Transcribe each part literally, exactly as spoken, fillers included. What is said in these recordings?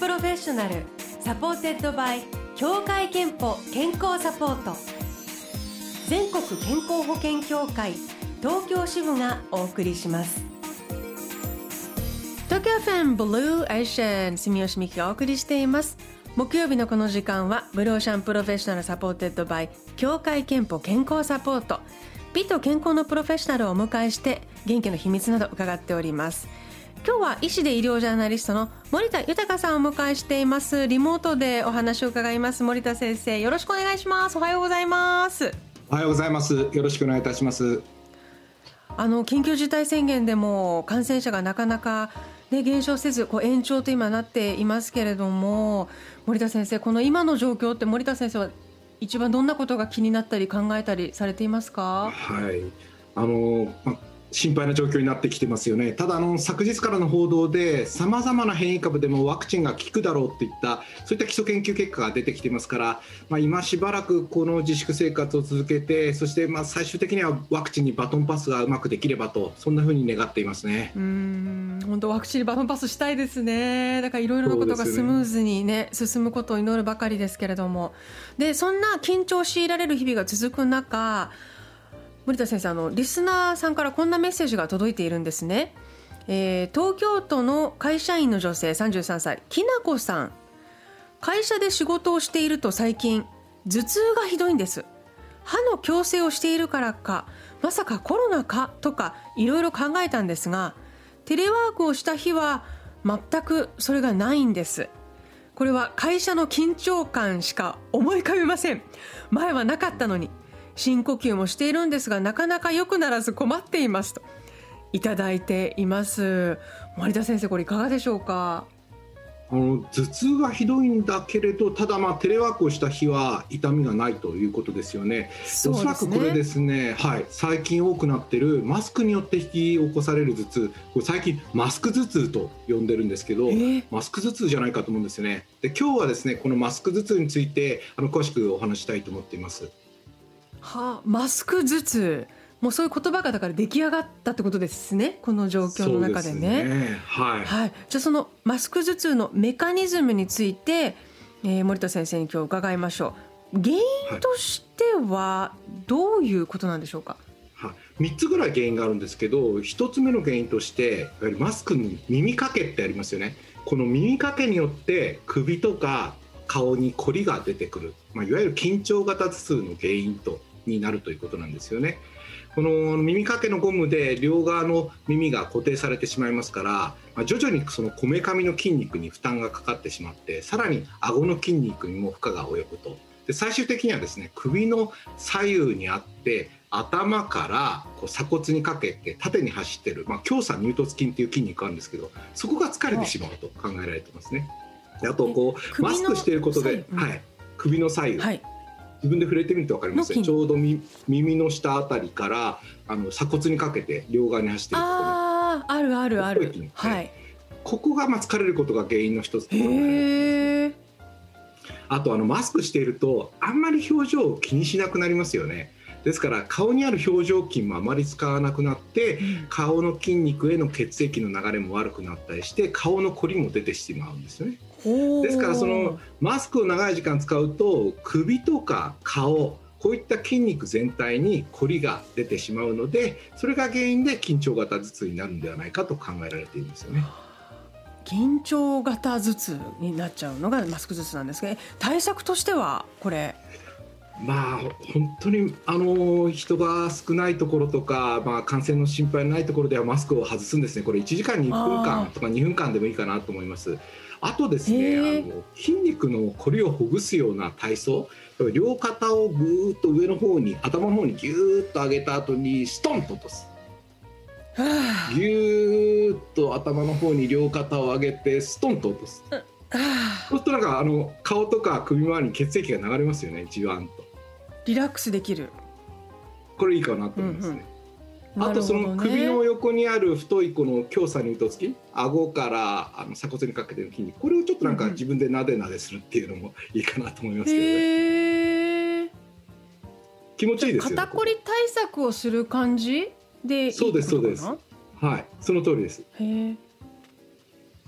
プロフェッショナルサポーテッドバイ協会憲法健康サポート、全国健康保険協会東京支部がお送りします。東京 エフエム ブルーエーシャン住吉美希がお送りしています。木曜日のこの時間はブルーオーシャンプロフェッショナルサポーテッドバイ協会憲法健康サポート、美と健康のプロフェッショナルをお迎えして元気の秘密など伺っております。今日は医師で医療ジャーナリストの森田豊さんをお迎えしています。リモートでお話を伺います。森田先生、よろしくお願いします。おはようございます。 おはようございます。よろしくお願いいたします。 あの緊急事態宣言でも感染者がなかなか、ね、減少せずこう延長と今なっていますけれども、森田先生、この今の状況って森田先生は一番どんなことが気になったり考えたりされていますか？ はい、あの、ま、心配な状況になってきてますよね。ただあの昨日からの報道でさまざまな変異株でもワクチンが効くだろうといったそういった基礎研究結果が出てきていますから、まあ、今しばらくこの自粛生活を続けて、そしてまあ最終的にはワクチンにバトンパスがうまくできればと、そんなふうに願っていますね。 うーん、本当ワクチンにバトンパスしたいですね。だからいろいろなことがスムーズに、ね、進むことを祈るばかりですけれども、でそんな緊張を強いられる日々が続く中、森田先生、あのリスナーさんからこんなメッセージが届いているんですね。えー、東京都の会社員の女性さんじゅうさんさい、きなこさん。会社で仕事をしていると最近頭痛がひどいんです。歯の矯正をしているからか、まさかコロナかとかいろいろ考えたんですが、テレワークをした日は全くそれがないんです。これは会社の緊張感しか思い浮かびません。前はなかったのに。深呼吸もしているんですが、なかなか良くならず困っていますといただいています。森田先生、これいかがでしょうか？ あの頭痛がひどいんだけれど、ただまあテレワークをした日は痛みがないということですよね。 そうですね。 おそらくこれですね、はい、最近多くなっているマスクによって引き起こされる頭痛、これ最近マスク頭痛と呼んでるんですけど、えー、マスク頭痛じゃないかと思うんですよね。で今日はですね、このマスク頭痛についてあの詳しくお話したいと思っています。 はあ、マスク頭痛、もうそういう言葉がだから出来上がったってことですね、この状況の中でね。 そうですね、はいはい、じゃあそのマスク頭痛のメカニズムについて、えー、森田先生に今日伺いましょう。原因としてはどういうことなんでしょうか？ はい、みっつぐらい原因があるんですけど、ひとつめの原因としていわゆるマスクに耳掛けってありますよね。この耳掛けによって首とか顔にコリが出てくる、まあ、いわゆる緊張型頭痛の原因とになるということなんですよね。この耳掛けのゴムで両側の耳が固定されてしまいますから、まあ、徐々にそのこめかみの筋肉に負担がかかってしまって、さらに顎の筋肉にも負荷が及ぶと。で最終的にはですね、首の左右にあって頭からこう鎖骨にかけて縦に走っている、まあ、胸鎖乳突筋という筋肉があるんですけど、そこが疲れてしまうと考えられてますね。であとこうマスクしていることで、はい、首の左右、はい、自分で触れてみると分かりますね。ちょうど耳の下あたりからあの鎖骨にかけて両側に走っているところ、 ああるあるある、はい、 ここがまあ疲れることが原因の一つと考えられています。あとあのマスクしているとあんまり表情を気にしなくなりますよね。ですから顔にある表情筋もあまり使わなくなって、うん、顔の筋肉への血液の流れも悪くなったりして顔のコリも出てしまうんですよね。ですからそのマスクを長い時間使うと首とか顔、こういった筋肉全体にコリが出てしまうので、それが原因で緊張型頭痛になるんではないかと考えられているんですよね。 緊張型頭痛になっちゃうのがマスク頭痛なんですけど、対策としてはこれまあ本当にあの人が少ないところとか、まあ、感染の心配のないところではマスクを外すんですね。これいちじかんにいっぷんかんとかにふんかんでもいいかなと思います。あとですね、あの筋肉のこりをほぐすような体操、両肩をぐーっと上の方に頭の方にぎゅーっと上げた後にストンと落とす、ぎゅーっと頭の方に両肩を上げてストンと落とす。そうするとなんかあの顔とか首周りに血液が流れますよね。じわんとリラックスできる。 これいいかなと思いますね。うんうん、あとその首の横にある太いこの胸鎖乳突筋、顎からあの鎖骨にかけての筋肉、これをちょっとなんか自分でなでなでするっていうのもいいかなと思いますけどね。へー、気持ちいいですよね。 肩こり対策をする感じでいいってことかな？ そうですそうです、はい、その通りです。 へー、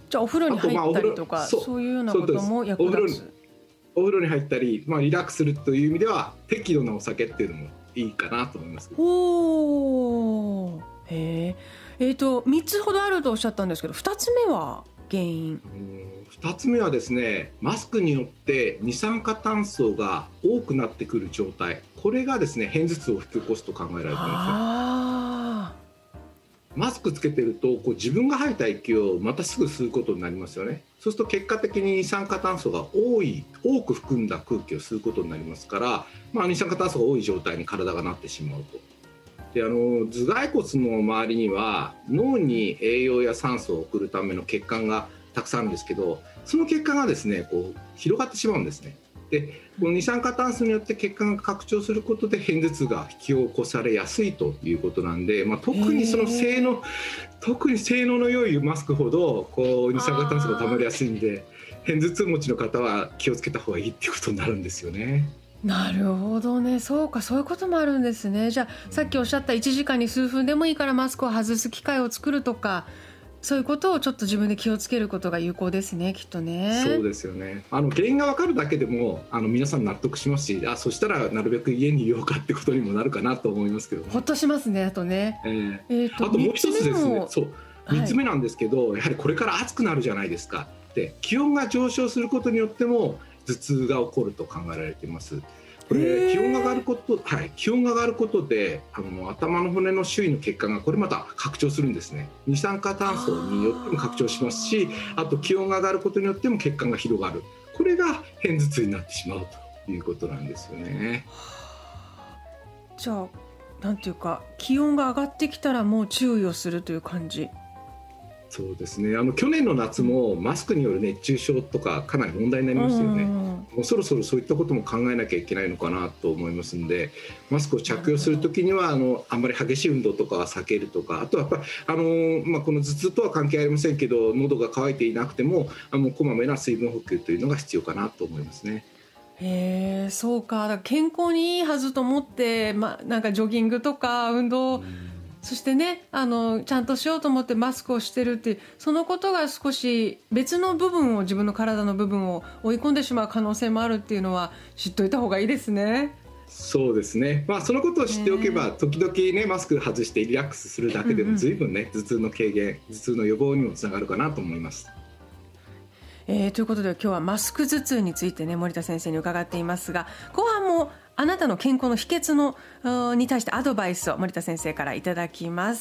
じゃあお風呂に入ったりとか、 そうそういうようなことも役立つ。 お風呂に入ったり、まあ、リラックスするという意味では適度なお酒っていうのもいいかなと思います。 おー、へー、えーとみっつほどあるとおっしゃったんですけど、ふたつめは原因。 ふたつめはですね、マスクによって二酸化炭素が多くなってくる状態、これがですね片頭痛を引き起こすと考えられています。マスクつけてるとこう自分が吐いた息をまたすぐ吸うことになりますよね。そうすると結果的に二酸化炭素が多い多く含んだ空気を吸うことになりますから、まあ、二酸化炭素が多い状態に体がなってしまうと。で、あの頭蓋骨の周りには脳に栄養や酸素を送るための血管がたくさんあるんですけど、その血管がですねこう広がってしまうんですね。で、この二酸化炭素によって血管が拡張することで片頭痛が引き起こされやすいということなんで、まあ、特にその性能特に性能の良いマスクほどこう二酸化炭素がたまりやすいんで、片頭痛持ちの方は気をつけた方がいいっていうことになるんですよね。 なるほどね、そうか、そういうこともあるんですね。じゃあさっきおっしゃったいちじかんに数分でもいいからマスクを外す機会を作るとか、そういうことをちょっと自分で気をつけることが有効ですね、きっとね。 そうですよね。あの原因が分かるだけでもあの皆さん納得しますし、あ、そしたらなるべく家にいようかってことにもなるかなと思いますけど、ね、 ほっとしますね。あとね、えーえー、とあともう一つですね、そうみっつめなんですけど、 はい、 やはりこれから暑くなるじゃないですか。で、気温が上昇することによっても頭痛が起こると考えられています。これ気温が上がること、はい、気温が上がることであの頭の骨の周囲の血管がこれまた拡張するんですね。二酸化炭素によっても拡張しますし、あと気温が上がることによっても血管が広がる、これが片頭痛になってしまうということなんですよね。 じゃあなんていうか、気温が上がってきたらもう注意をするという感じ。 そうですね、あの去年の夏もマスクによる熱中症とかかなり問題になりましたよね。もうそろそろそういったことも考えなきゃいけないのかなと思いますんで、マスクを着用するときにはあのあんまり激しい運動とかは避けるとか、あとはやっぱりあの、まあ、この頭痛とは関係ありませんけど、喉が渇いていなくてもあのこまめな水分補給というのが必要かなと思いますね。 へえ、そうか。だから健康にいいはずと思って、まあ、なんかジョギングとか運動、そしてね、あのちゃんとしようと思ってマスクをしてるって、そのことが少し別の部分を、自分の体の部分を追い込んでしまう可能性もあるっていうのは知っておいた方がいいですね。 そうですね、まあ、そのことを知っておけば時々ねマスク外してリラックスするだけでも随分ね、うんうん、頭痛の軽減、頭痛の予防にもつながるかなと思います。 えー、ということで今日はマスク頭痛についてね、森田先生に伺っていますが、後半もあなたの健康の秘訣のに対してアドバイスを森田先生からいただきます。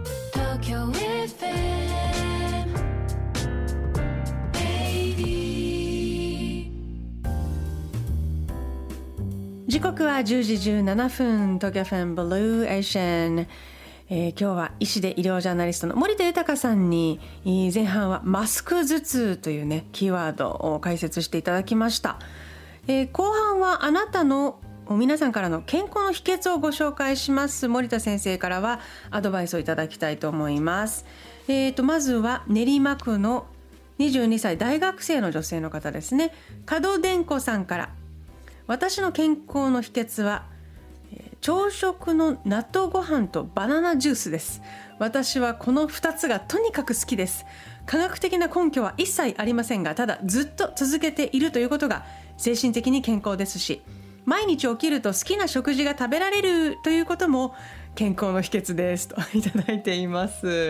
時刻はじゅうじじゅうななふん、東京 エフエム ブルーエーシャン、えー、今日は医師で医療ジャーナリストの森田豊さんに前半はマスク頭痛というねキーワードを解説していただきました。えー、後半はあなたの皆さんからの健康の秘訣をご紹介します。森田先生からはアドバイスをいただきたいと思います。えー、とまずは練馬区のにじゅうにさい大学生の女性の方ですね。門田子さんから、私の健康の秘訣は朝食の納豆ご飯とバナナジュースです。私はこのふたつがとにかく好きです。科学的な根拠は一切ありませんが、ただずっと続けているということが精神的に健康ですし、毎日起きると好きな食事が食べられるということも健康の秘訣ですといただいています。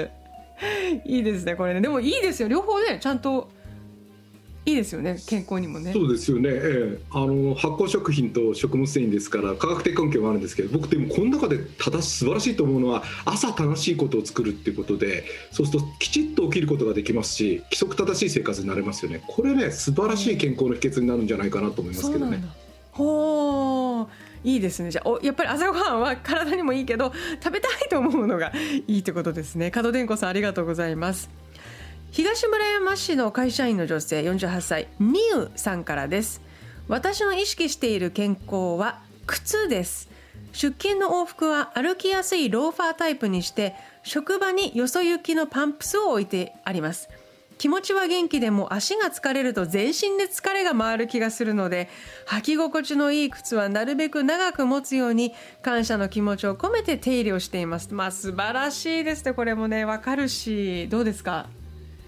いいですね、これね。でもいいですよ、両方ね、ちゃんといいですよね、健康にもね。 そうですよね、ええ、あの発酵食品と食物繊維ですから科学的根拠もあるんですけど、僕でもこの中で正し素晴らしいと思うのは朝楽しいことを作るっていうことで、そうするときちっと起きることができますし、規則正しい生活になれますよね。これね素晴らしい健康の秘訣になるんじゃないかなと思いますけどね。 ほー、いいですね。じゃあおやっぱり朝ごはんは体にもいいけど食べたいと思うのがいいということですね。門田子さん、ありがとうございます。東村山市の会社員の女性よんじゅうはっさい、みゆさんからです。私の意識している健康は靴です。出勤の往復は歩きやすいローファータイプにして、職場によそ行きのパンプスを置いてあります。気持ちは元気でも足が疲れると全身で疲れが回る気がするので、履き心地のいい靴はなるべく長く持つように感謝の気持ちを込めて手入れをしています。まあ素晴らしいですね。これもね分かるし、どうですか？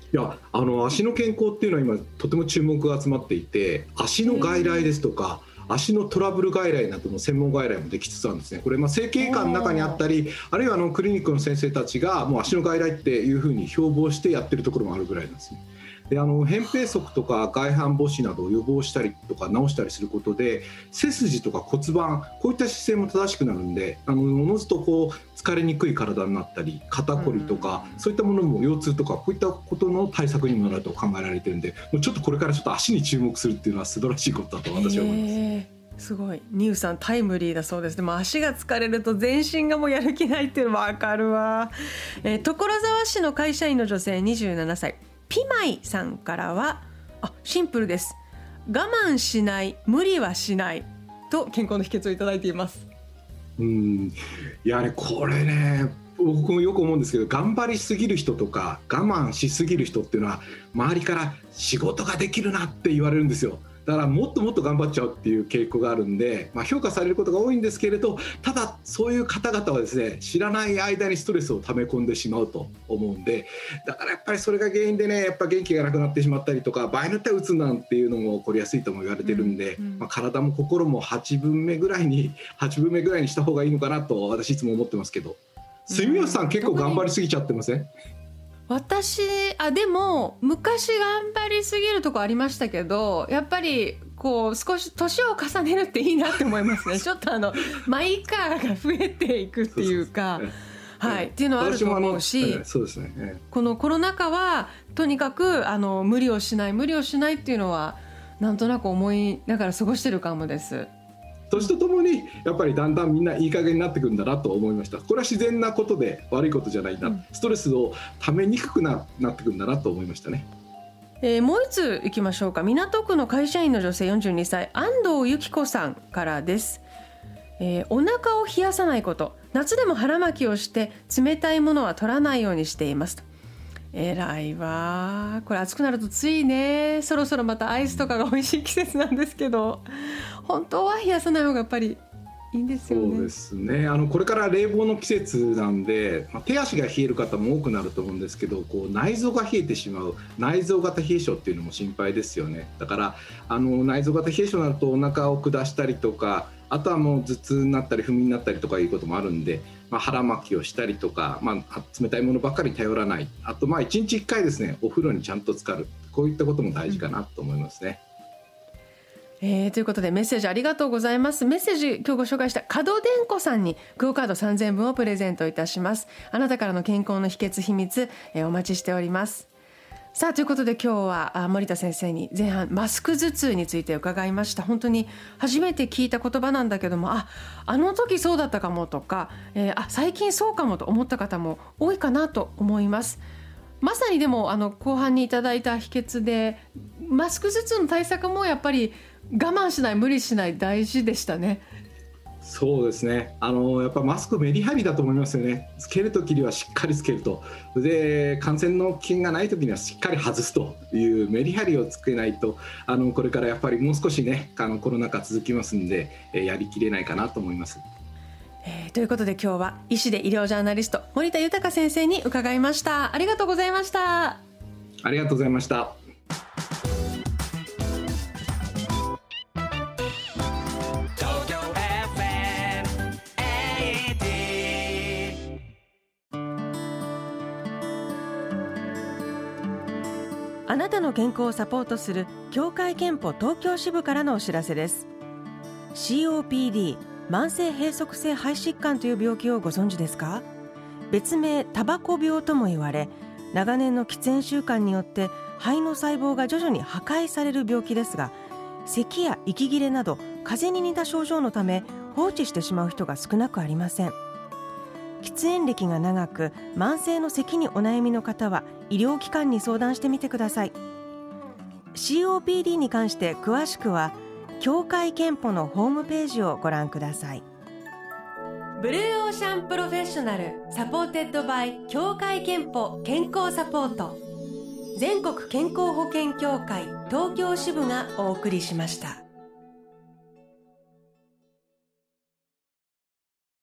いやあの足の健康っていうのは今とても注目が集まっていて、足の外来ですとか足のトラブル外来などの専門外来もできつつあるんですね。これまあ整形外科の中にあったり、あるいはあのクリニックの先生たちがもう足の外来っていうふうに標榜してやってるところもあるぐらいなんですね。であの扁平足とか外反母趾などを予防したりとか治したりすることで背筋とか骨盤こういった姿勢も正しくなるんで、あのおのずとこう疲れにくい体になったり肩こりとか、うん、そういったものも腰痛とかこういったことの対策にもなると考えられてるんで、もうちょっとこれからちょっと足に注目するっていうのは素晴らしいことだと私は思います。 すごいニューさんタイムリーだそうです。でも足が疲れると全身がもうやる気ないっていうの分かるわ、えー、所沢市の会社員の女性にじゅうななさいピマイさんからはあシンプルです。我慢しない無理はしないと健康の秘訣をいただいています。 うんいやねこれね僕もよく思うんですけど、頑張りすぎる人とか我慢しすぎる人っていうのは周りから仕事ができるなって言われるんですよ。だからもっともっと頑張っちゃうっていう傾向があるんで、まあ、評価されることが多いんですけれど、ただそういう方々はですね知らない間にストレスを溜め込んでしまうと思うんで、だからやっぱりそれが原因でねやっぱ元気がなくなってしまったりとか場合によってはうつなんていうのも起こりやすいとも言われてるんで、うんうんまあ、体も心もはちぶんめぐらいにはちぶんめぐらいにした方がいいのかなと私いつも思ってますけど、住吉さん結構頑張りすぎちゃってません？ 私あでも昔頑張りすぎるとこありましたけど、やっぱりこう少し年を重ねるっていいなって思いますね。ちょっとあのマイカーが増えていくっていうかそうそうそう、はい、っていうのはあると思うし、 ええそうですねええ、 このコロナ禍はとにかくあの無理をしない無理をしないっていうのはなんとなく思いながら過ごしてるかもです。 年とともにやっぱりだんだんみんないい加減になってくるんだなと思いました。これは自然なことで悪いことじゃないな、うん、ストレスをためにくく な, なってくるんだなと思いましたね。 えー、もう一ついきましょうか。港区の会社員の女性よんじゅうにさい安藤由紀子さんからです。えー、お腹を冷やさないこと、夏でも腹巻きをして冷たいものは取らないようにしていますと。えらいわ。これ暑くなるとついねそろそろまたアイスとかが美味しい季節なんですけど、本当は冷やさない方がやっぱりいいんですよね。 そうですね。あのこれから冷房の季節なんで、まあ、手足が冷える方も多くなると思うんですけど、こう内臓が冷えてしまう内臓型冷え性っていうのも心配ですよね。だからあの内臓型冷え性になるとお腹を下したりとか、あとはもう頭痛になったり不眠になったりとかいうこともあるんで、まあ、腹巻きをしたりとか、まあ、冷たいものばっかり頼らない、あとまあいちにちいっかいですねお風呂にちゃんと浸かる、こういったことも大事かなと思いますね。 えー、ということでメッセージありがとうございます。メッセージ今日ご紹介した門田子さんにクオカードさんぜんぶんをプレゼントいたします。あなたからの健康の秘訣秘密、えー、お待ちしております。さあということで今日は森田先生に前半マスク頭痛について伺いました。本当に初めて聞いた言葉なんだけども、ああの時そうだったかもとか、えー、あ最近そうかもと思った方も多いかなと思います。まさにでもあの後半にいただいた秘訣でマスク頭痛の対策もやっぱり我慢しない無理しない大事でしたね。 そうですね。あのやっぱマスクメリハリだと思いますよね。つけるときにはしっかりつけると、で感染の危険がないときにはしっかり外すというメリハリをつけないと、あのこれからやっぱりもう少しねあのコロナ禍続きますんで、えー、やりきれないかなと思います。 えー、ということで今日は医師で医療ジャーナリスト森田豊先生に伺いました。ありがとうございました。 ありがとうございました。 あなたの健康をサポートする協会憲法東京支部からのお知らせです。 シーオーピーディー 慢性閉塞性肺疾患という病気をご存知ですか？別名タバコ病とも言われ、長年の喫煙習慣によって肺の細胞が徐々に破壊される病気ですが、咳や息切れなど風邪に似た症状のため放置してしまう人が少なくありません。喫煙歴が長く慢性の咳にお悩みの方は医療機関に相談してみてください。 シーオーピーディー に関して詳しくは協会憲法のホームページをご覧ください。ブルーオーシャンプロフェッショナルサポーテッドバイ協会憲法健康サポート、全国健康保険協会東京支部がお送りしました。